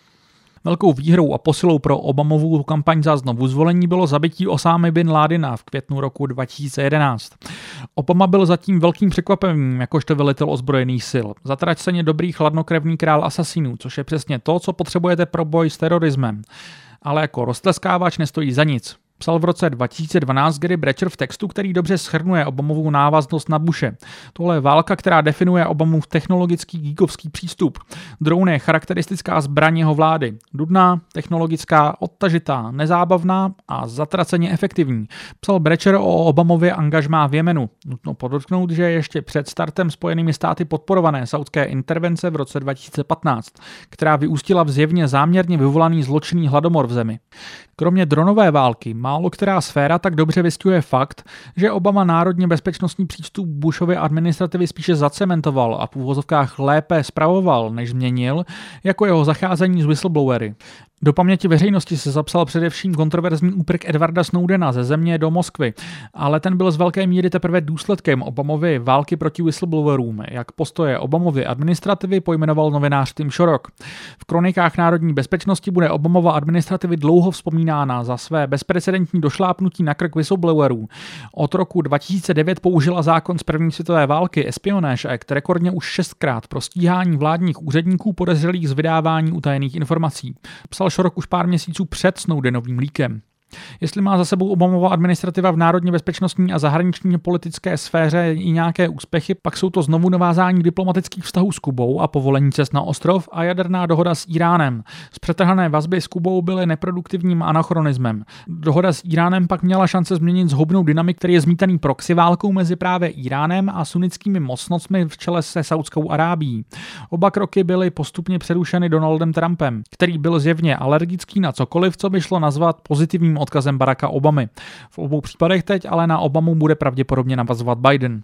Velkou výhrou a posilou pro Obamovu kampaň za znovu zvolení bylo zabití Osámy bin Ládina v květnu roku dva tisíce jedenáct. Obama byl zatím velkým překvapením jakožto velitel ozbrojených sil. Zatraceně dobrý chladnokrevný král asasinů, což je přesně to, co potřebujete pro boj s terorismem. Ale jako roztleskávač nestojí za nic. Psal v roce dva tisíce dvanáct Gary Brecher v textu, který dobře shrnuje Obamovu návaznost na Bushe. Tohle je válka, která definuje Obamův technologický geekovský přístup. Drone je charakteristická zbraň jeho vlády. Dudná, technologická, odtažitá, nezábavná a zatraceně efektivní. Psal Brecher o Obamově angažmá v Jemenu. Nutno podotknout, že ještě před startem Spojenými státy podporované saudské intervence v roce dva tisíce patnáct, která vyústila v zjevně záměrně vyvolaný zločinný hladomor v zemi. Kromě dronové války málo která sféra tak dobře vystihuje fakt, že Obama národně bezpečnostní přístup Bushovy administrativy spíše zacementoval a v uvozovkách lépe spravoval, než změnil, jako jeho zacházení s whistleblowery. Do paměti veřejnosti se zapsal především kontroverzní úprk Edwarda Snowdena ze země do Moskvy, ale ten byl z velké míry teprve důsledkem Obamovy války proti whistleblowerům, jak postoje Obamovy administrativy pojmenoval novinář Tim Shorrock. V kronikách národní bezpečnosti bude Obamova administrativy dlouho vzpomínána za své bezprecedentní došlápnutí na krk whistleblowerů. Od roku dva tisíce devět použila zákon z první světové války Espionage Act rekordně už šestkrát pro stíhání vládních úředníků podezřelých z vydávání utajených informací. Psal Shorrock už pár měsíců před Snowdenovým líkem. Jestli má za sebou Obamova administrativa v národně bezpečnostní a zahraniční politické sféře i nějaké úspěchy, pak jsou to znovu navázání diplomatických vztahů s Kubou a povolení cest na ostrov a jaderná dohoda s Íránem. Zpřetrhané vazby s Kubou byly neproduktivním anachronismem. Dohoda s Íránem pak měla šance změnit zhoubnou dynamik, který je zmítaný proxy válkou mezi právě Íránem a sunnickými mocnostmi v čele se Saudskou Arábií. Oba kroky byly postupně přerušeny Donaldem Trumpem, který byl zjevně alergický na cokoliv, co by šlo nazvat pozitivním odkazem Baracka Obamy. V obou případech teď ale na Obamu bude pravděpodobně navazovat Biden.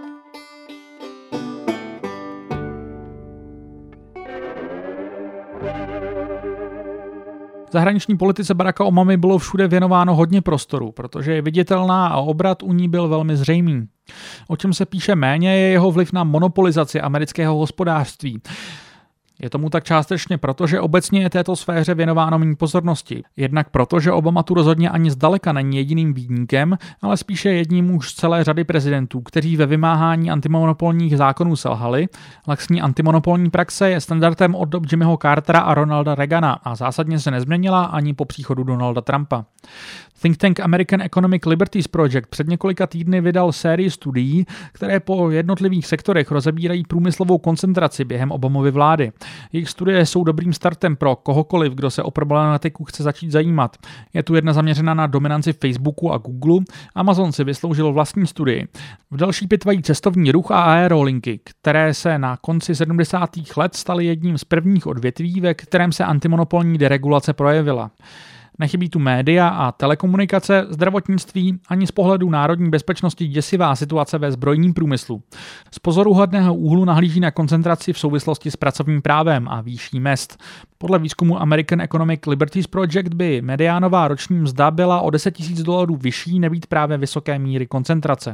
Zahraniční politice Baracka Obamy bylo všude věnováno hodně prostoru, protože je viditelná a obrat u ní byl velmi zřejmý. O čem se píše méně, je jeho vliv na monopolizaci amerického hospodářství. Je tomu tak částečně proto, že obecně je této sféře věnováno méně pozornosti. Jednak proto, že Obama tu rozhodně ani zdaleka není jediným viníkem, ale spíše jedním už z celé řady prezidentů, kteří ve vymáhání antimonopolních zákonů selhali. Laxní antimonopolní praxe je standardem od dob Jimmyho Cartera a Ronalda Reagana a zásadně se nezměnila ani po příchodu Donalda Trumpa. Think tank American Economic Liberties Project před několika týdny vydal sérii studií, které po jednotlivých sektorech rozebírají průmyslovou koncentraci během Obamovy vlády. Jejich studie jsou dobrým startem pro kohokoliv, kdo se o problematiku chce začít zajímat. Je tu jedna zaměřená na dominanci Facebooku a Google. Amazon si vysloužil vlastní studii. V další pitvají cestovní ruch a aerolinky, které se na konci sedmdesátých let staly jedním z prvních odvětví, ve kterém se antimonopolní deregulace projevila. Nechybí tu média a telekomunikace, zdravotnictví, ani z pohledu národní bezpečnosti děsivá situace ve zbrojním průmyslu. Z pozoruhodného úhlu nahlíží na koncentraci v souvislosti s pracovním právem a výší mezd. Podle výzkumu American Economic Liberties Project by mediánová roční mzda byla o deset tisíc dolarů vyšší, nebýt právě vysoké míry koncentrace.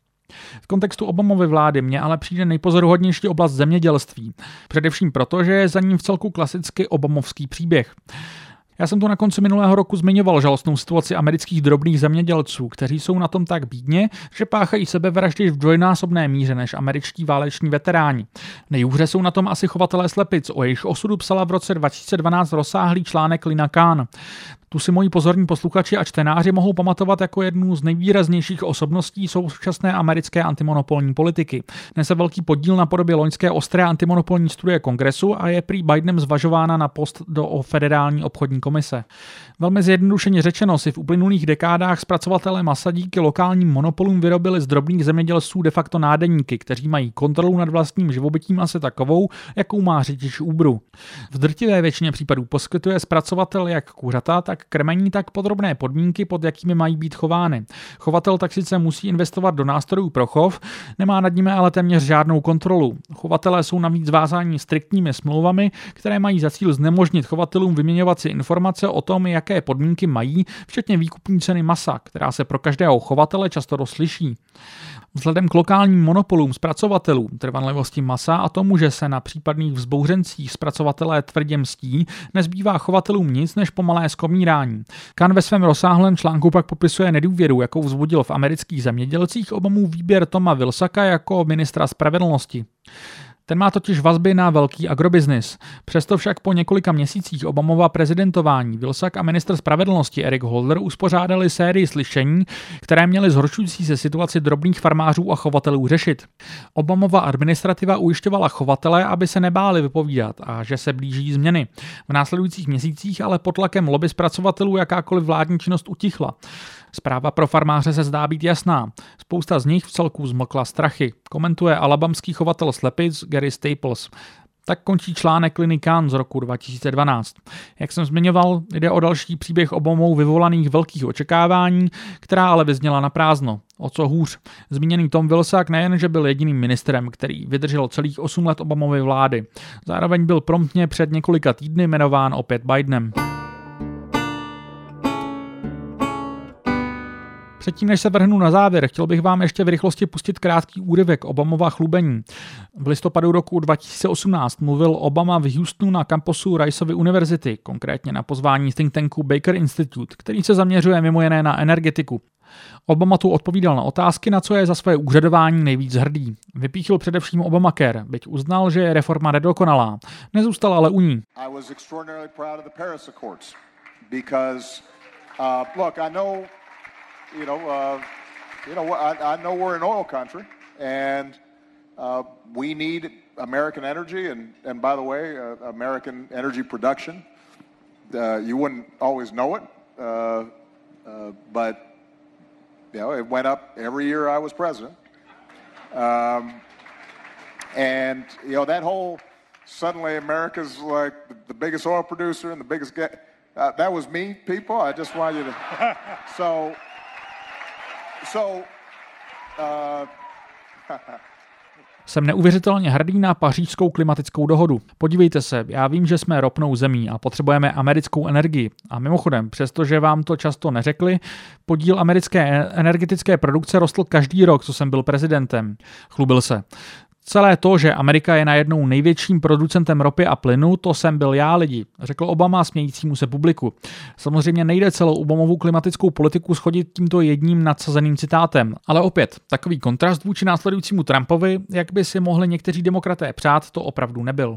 V kontextu Obamovy vlády mě ale přijde nejpozoruhodnější oblast zemědělství. Především proto, že je za ním vcelku klasicky obamovský příběh. Já jsem tu na konci minulého roku zmiňoval žalostnou situaci amerických drobných zemědělců, kteří jsou na tom tak bídně, že páchají sebevraždy v dvojnásobné míře než američtí váleční veteráni. Nejhůře jsou na tom asi chovatelé slepic, o jejich osudu psala v roce dva tisíce dvanáct rozsáhlý článek Lina Khan. Tu si moji pozorní posluchači a čtenáři mohou pamatovat jako jednu z nejvýraznějších osobností současné americké antimonopolní politiky. Nese velký podíl na podobě loňské ostré antimonopolní studie kongresu a je prý Bidenem zvažována na post do federální obchodní komise. Velmi zjednodušeně řečeno si v uplynulých dekádách zpracovatelé masa díky lokálním monopolům vyrobili z drobných zemědělců de facto nádeníky, kteří mají kontrolu nad vlastním živobytím asi takovou, jakou má řidič Uberu. V drtivé většině případů poskytuje zpracovatel jak kuřata, tak jak krmení, tak podrobné podmínky, pod jakými mají být chovány. Chovatel tak sice musí investovat do nástrojů pro chov, nemá nad nimi ale téměř žádnou kontrolu. Chovatelé jsou navíc vázáni striktními smlouvami, které mají za cíl znemožnit chovatelům vyměňovat si informace o tom, jaké podmínky mají, včetně výkupní ceny masa, která se pro každého chovatele často rozliší. Vzhledem k lokálním monopolům zpracovatelů, trvanlivosti masa a tomu, že se na případných vzbouřencích zpracovatelé tvrdě mstí, nezbývá chovatelům nic než pomalé skomírání. Khan ve svém rozsáhlém článku pak popisuje nedůvěru, jakou vzbudil v amerických zemědělcích Obamův výběr Toma Vilsacka jako ministra spravedlnosti. Ten má totiž vazby na velký agrobiznis. Přesto však po několika měsících Obamova prezidentování Vilsack a ministr spravedlnosti Eric Holder uspořádali sérii slyšení, které měly zhoršující se situaci drobných farmářů a chovatelů řešit. Obamova administrativa ujišťovala chovatele, aby se nebáli vypovídat a že se blíží změny. V následujících měsících ale pod tlakem lobby zpracovatelů jakákoliv vládní činnost utichla. Zpráva pro farmáře se zdá být jasná. Spousta z nich v celku zmlkla strachy, komentuje alabamský chovatel slepic Gary Staples. Tak končí článek Liny Khan z roku dva tisíce dvanáct. Jak jsem zmiňoval, jde o další příběh Obamou vyvolaných velkých očekávání, která ale vyzněla na prázdno. O co hůř. Zmíněný Tom Vilsack nejen, že byl jediným ministrem, který vydržel celých osm let Obamovy vlády. Zároveň byl promptně před několika týdny jmenován opět Bidenem. Předtím, než se vrhnu na závěr, chtěl bych vám ještě v rychlosti pustit krátký úryvek Obamova chlubení. V listopadu roku dva tisíce osmnáct mluvil Obama v Houstonu na kampusu Riceovy univerzity, konkrétně na pozvání think tanku Baker Institute, který se zaměřuje mimo jiné na energetiku. Obama tu odpovídal na otázky, na co je za své úřadování nejvíc hrdý. Vypíchl především Obamacare, byť uznal, že je reforma nedokonalá. Nezůstal ale u ní. I was extraordinarily proud of the Paris Accords because uh, look, I know You know, uh, you know, I, I know we're an oil country, and uh, we need American energy, and, and by the way, uh, American energy production. Uh, you wouldn't always know it, uh, uh, but you know, it went up every year I was president. Um, and you know, that whole suddenly America's like the, the biggest oil producer and the biggest ga- uh, that was me, people. I just want you to so. So, uh... Jsem neuvěřitelně hrdý na pařížskou klimatickou dohodu. Podívejte se, já vím, že jsme ropnou zemí a potřebujeme americkou energii. A mimochodem, přestože vám to často neřekli, podíl americké energetické produkce rostl každý rok, co jsem byl prezidentem. Chlubil se. Celé to, že Amerika je najednou největším producentem ropy a plynu, to jsem byl já, lidi, řekl Obama smějícímu se publiku. Samozřejmě nejde celou Obamovu klimatickou politiku shodit tímto jedním nadsazeným citátem, ale opět, takový kontrast vůči následujícímu Trumpovi, jak by si mohli někteří demokraté přát, to opravdu nebyl.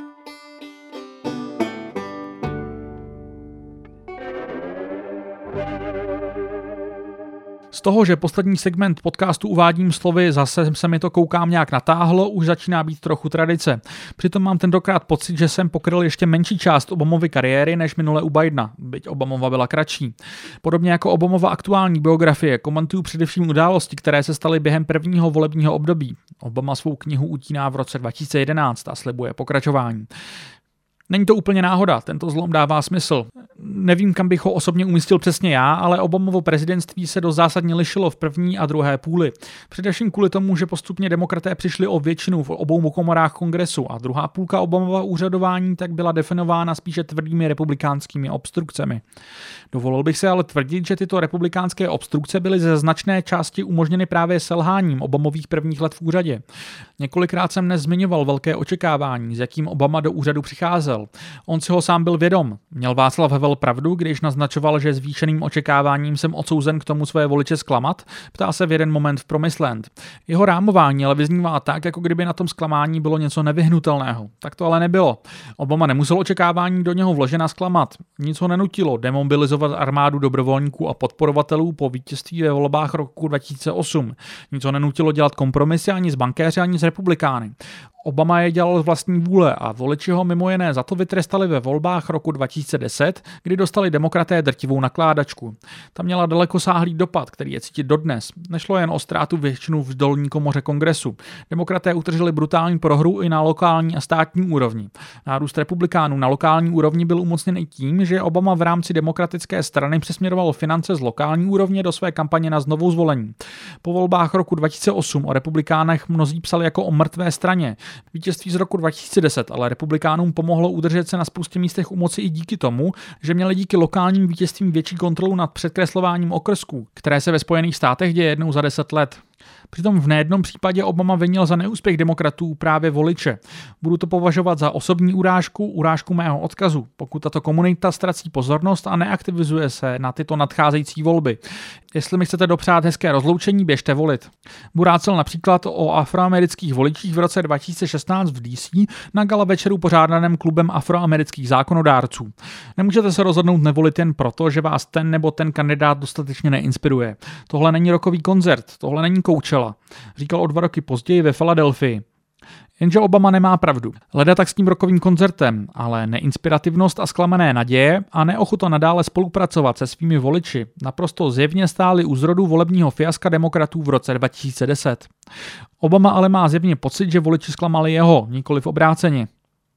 Z toho, že poslední segment podcastu uvádím slovy zase se mi to koukám nějak natáhlo, už začíná být trochu tradice. Přitom mám tentokrát pocit, že jsem pokryl ještě menší část Obamovy kariéry než minule u Bidena, byť Obamova byla kratší. Podobně jako Obamova aktuální biografie komentuju především události, které se staly během prvního volebního období. Obama svou knihu utíná v roce dva tisíce jedenáct a slibuje pokračování. Není to úplně náhoda, tento zlom dává smysl. Nevím, kam bych ho osobně umístil přesně já, ale Obamovo prezidentství se dost zásadně lišilo v první a druhé půli. Především kvůli tomu, že postupně demokraté přišli o většinu v obou komorách kongresu a druhá půlka Obamova úřadování tak byla definována spíše tvrdými republikánskými obstrukcemi. Dovolil bych se ale tvrdit, že tyto republikánské obstrukce byly ze značné části umožněny právě selháním Obamových prvních let v úřadě. Několikrát jsem dnes zmiňoval velké očekávání, s jakým Obama do úřadu přicházel. On si ho sám byl vědom. Měl Václav Havel pravdu, když naznačoval, že zvýšeným očekáváním jsem odsouzen k tomu své voliče zklamat, ptá se v jeden moment v Promisland. Jeho rámování ale vyznívá tak, jako kdyby na tom zklamání bylo něco nevyhnutelného. Tak to ale nebylo. Obama nemusel očekávání do něho vložena zklamat. Nic ho nenutilo demobilizovat armádu dobrovolníků a podporovatelů po vítězství ve volbách roku dva tisíce osm. Nic ho nenutilo dělat kompromisy ani s bankéři, ani s republikány. Obama je dělal z vlastní vůle a voliči ho mimo jiné za to vytrestali ve volbách roku dva tisíce deset, kdy dostali demokraté drtivou nakládačku. Ta měla dalekosáhlý dopad, který je cítit dodnes. Nešlo jen o ztrátu většinu v dolní komoře kongresu. Demokraté utržili brutální prohru i na lokální a státní úrovni. Nárůst republikánů na lokální úrovni byl umocněn i tím, že Obama v rámci demokratické strany přesměroval finance z lokální úrovně do své kampaně na znovu zvolení. Po volbách roku dva tisíce osm o republikánech mnozí psali jako o mrtvé straně. Vítězství z roku dva tisíce deset ale republikánům pomohlo udržet se na spoustě místech u moci i díky tomu, že měli díky lokálním vítězstvím větší kontrolu nad předkreslováním okrsků, které se ve Spojených státech děje jednou za deset let. Přitom v nejednom případě Obama vinil za neúspěch demokratů právě voliče. Budu to považovat za osobní urážku, urážku mého odkazu, pokud tato komunita ztrací pozornost a neaktivizuje se na tyto nadcházející volby. Jestli mi chcete dopřát hezké rozloučení, běžte volit. Burácel například o afroamerických voličích v roce dva tisíce šestnáct v D C na gala večeru pořádaném klubem afroamerických zákonodárců. Nemůžete se rozhodnout nevolit jen proto, že vás ten nebo ten kandidát dostatečně neinspiruje. Tohle není rockový koncert, tohle není Coachella, říkal o dva roky později ve Filadelfii. Jenže Obama nemá pravdu. Leda tak s tím rockovým koncertem, ale neinspirativnost a zklamané naděje a neochota nadále spolupracovat se svými voliči naprosto zjevně stály u zrodu volebního fiaska demokratů v roce dva tisíce deset. Obama ale má zjevně pocit, že voliči zklamali jeho, nikoliv obráceně.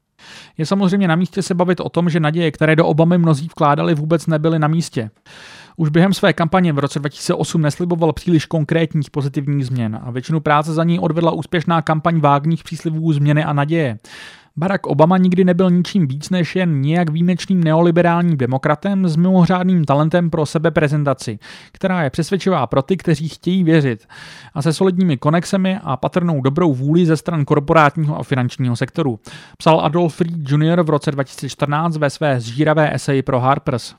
Je samozřejmě na místě se bavit o tom, že naděje, které do Obamy mnozí vkládali, vůbec nebyly na místě. Už během své kampaně v roce dva tisíce osm nesliboval příliš konkrétních pozitivních změn a většinu práce za ní odvedla úspěšná kampaň vágních příslibů změny a naděje. Barack Obama nikdy nebyl ničím víc než jen nějak výjimečným neoliberálním demokratem s mimořádným talentem pro sebeprezentaci, která je přesvědčivá pro ty, kteří chtějí věřit, a se solidními konexemi a patrnou dobrou vůli ze stran korporátního a finančního sektoru, psal Adolf Reed junior v roce dva tisíce čtrnáct ve své zžíravé eseji pro Harper's.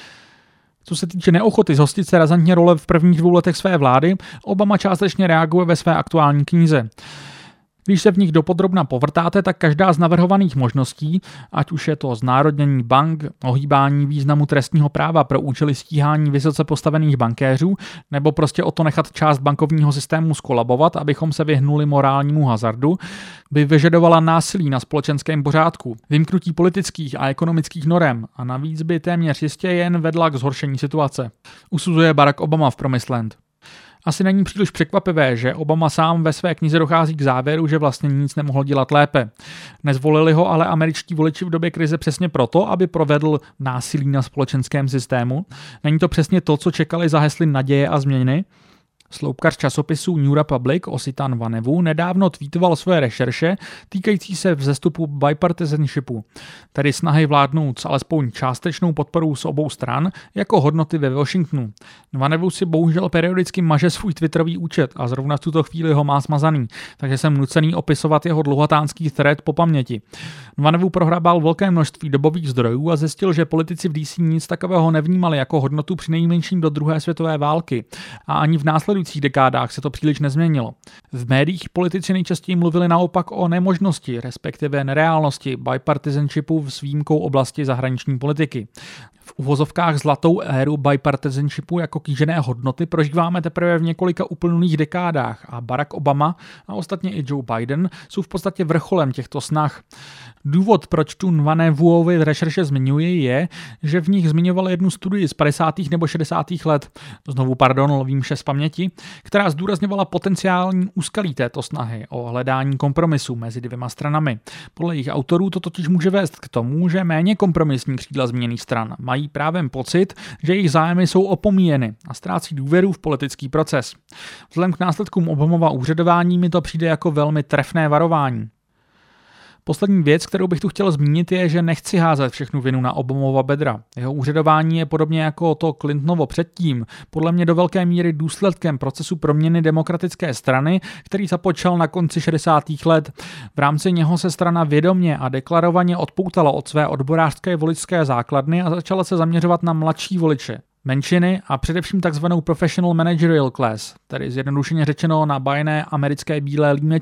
Co se týče neochoty zhostit se razantně role v prvních dvou letech své vlády, Obama částečně reaguje ve své aktuální knize. Když se v nich dopodrobna povrtáte, tak každá z navrhovaných možností, ať už je to znárodnění bank, ohýbání významu trestního práva pro účely stíhání vysoce postavených bankéřů, nebo prostě o to nechat část bankovního systému skolabovat, abychom se vyhnuli morálnímu hazardu, by vyžadovala násilí na společenském pořádku, vymknutí politických a ekonomických norem a navíc by téměř jistě jen vedla k zhoršení situace. Usuzuje Barack Obama v Promised. Asi není příliš překvapivé, že Obama sám ve své knize dochází k závěru, že vlastně nic nemohl dělat lépe. Nezvolili ho ale američtí voliči v době krize přesně proto, aby provedl násilí na společenském systému. Není to přesně to, co čekali za hesly naděje a změny? Sloupkař časopisu New Republic Ositan Vanevu nedávno tweetoval své rešerše týkající se vzestupu bipartisanshipu, tedy snahy vládnout s alespoň částečnou podporou z obou stran jako hodnoty ve Washingtonu. Vanevu si bohužel periodicky maže svůj twitterový účet a zrovna v tuto chvíli ho má smazaný, takže jsem nucený opisovat jeho dlouhatánský thread po paměti. Vanevu prohrabal velké množství dobových zdrojů a zjistil, že politici v D C nic takového nevnímali jako hodnotu přinejmenším do druhé světové války a ani v následujících dekádách se to příliš nezměnilo. V médiích politici nejčastěji mluvili naopak o nemožnosti, respektive nereálnosti bipartisanshipu s výjimkou oblasti zahraniční politiky. V uvozovkách zlatou éru bipartisanshipu jako kýžené hodnoty prožíváme teprve v několika uplynulých dekádách a Barack Obama a ostatně i Joe Biden jsou v podstatě vrcholem těchto snah. Důvod, proč tu Vanevuovi rešerše zmiňuji, je, že v nich zmiňoval jednu studii z padesátých nebo šedesátých let, znovu pardon, lovím vše z paměti, která zdůrazňovala potenciální úskalí této snahy o hledání kompromisu mezi dvěma stranami. Podle jejich autorů to totiž může vést k tomu, že méně kompromisní křídla zmíněných stran mají právem pocit, že jejich zájmy jsou opomíjeny a ztrácí důvěru v politický proces. Vzhledem k následkům Obamova úřadování mi to přijde jako velmi trefné varování. Poslední věc, kterou bych tu chtěl zmínit, je, že nechci házet všechnu vinu na Obamova bedra. Jeho úřadování je podobně jako to Clintonovo předtím, podle mě do velké míry důsledkem procesu proměny demokratické strany, který započal na konci šedesátých let. V rámci něho se strana vědomě a deklarovaně odpoutala od své odborářské voličské základny a začala se zaměřovat na mladší voliče, menšiny a především takzvanou professional managerial class, tedy zjednodušeně řečeno na bajné americké bílé límečky.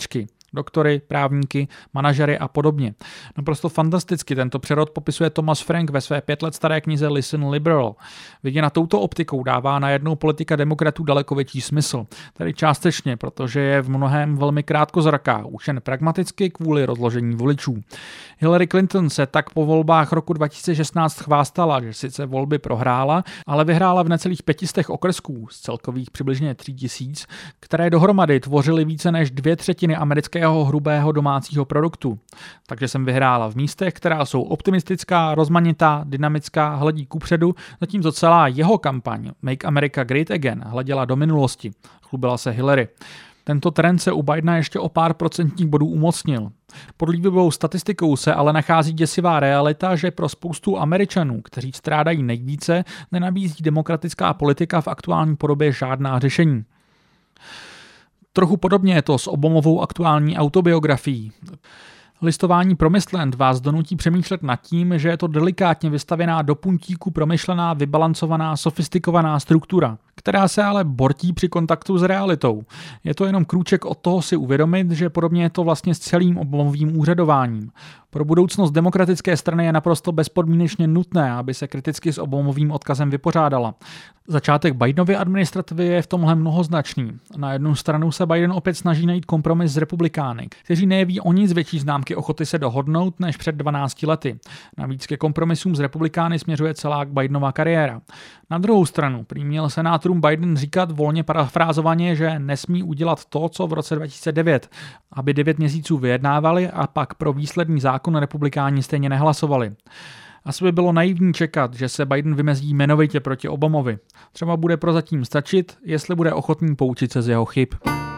doktory, právníky, manažery a podobně. Naprosto fantasticky tento přerod popisuje Thomas Frank ve své pět let staré knize Listen Liberal. Viděna touto optikou dává najednou politika demokratů daleko větší smysl, tedy částečně, protože je v mnohém velmi krátkozraká, už jen pragmaticky kvůli rozložení voličů. Hillary Clinton se tak po volbách roku dva tisíce šestnáct chvástala, že sice volby prohrála, ale vyhrála v necelých pětistech okrsků z celkových přibližně tři tisíc, které dohromady tvořily více než dvě třetiny amerického hrubého domácího produktu. Takže jsem vyhrála v místech, která jsou optimistická, rozmanitá, dynamická, hledí kupředu, zatímco celá jeho kampaň Make America Great Again hleděla do minulosti. Chlubila se Hillary. Tento trend se u Bidena ještě o pár procentních bodů umocnil. Pod líbivou statistikou se ale nachází děsivá realita, že pro spoustu Američanů, kteří strádají nejvíce, nenabízí demokratická politika v aktuální podobě žádná řešení. Trochu podobně je to s Obamovou aktuální autobiografií. Listování Promised vás donutí přemýšlet nad tím, že je to delikátně vystavěná do puntíku promyšlená, vybalancovaná, sofistikovaná struktura, která se ale bortí při kontaktu s realitou. Je to jenom krůček od toho si uvědomit, že podobně je to vlastně s celým Obamovým úřadováním. Pro budoucnost demokratické strany je naprosto bezpodmínečně nutné, aby se kriticky s Obamovým odkazem vypořádala. Začátek Bidenovy administrativy je v tomhle mnohoznačný. Na jednu stranu se Biden opět snaží najít kompromis s republikány, kteří nejeví o nic větší známky ochoty se dohodnout než před dvanácti lety. Navíc ke kompromisům s republikány směřuje celá Bidenova kariéra. Na druhou stranu prý měl senátorům Biden říkat volně parafrázovaně, že nesmí udělat to, co v roce dva tisíce devět, aby devět měsíců vyjednávali a pak pro výsledný zákon republikáni stejně nehlasovali. Asi by bylo naivní čekat, že se Biden vymezí jmenovitě proti Obamovi. Třeba bude prozatím stačit, jestli bude ochotný poučit se z jeho chyb.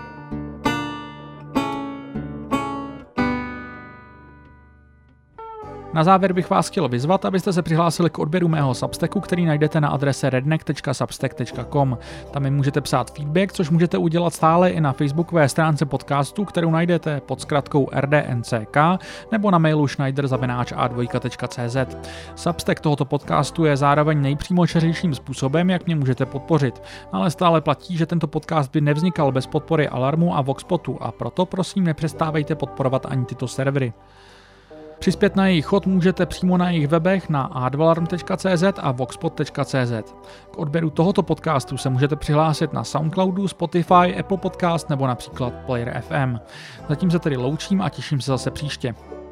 Na závěr bych vás chtěl vyzvat, abyste se přihlásili k odběru mého Substacku, který najdete na adrese redneck tečka substack tečka com. Tam mi můžete psát feedback, což můžete udělat stále i na facebookové stránce podcastu, kterou najdete pod zkratkou R D N C K nebo na mailu schneider zavináč a dva tečka cé zet. Substack tohoto podcastu je zároveň nejpřímočařejším způsobem, jak mě můžete podpořit, ale stále platí, že tento podcast by nevznikal bez podpory Alarmu a Voxpotu a proto prosím nepřestávejte podporovat ani tyto servery. Přispět na jejich chod můžete přímo na jejich webech na advalarm tečka cé zet a voxpot tečka cé zet. K odběru tohoto podcastu se můžete přihlásit na Soundcloudu, Spotify, Apple Podcast nebo například Player F M. Zatím se tedy loučím a těším se zase příště.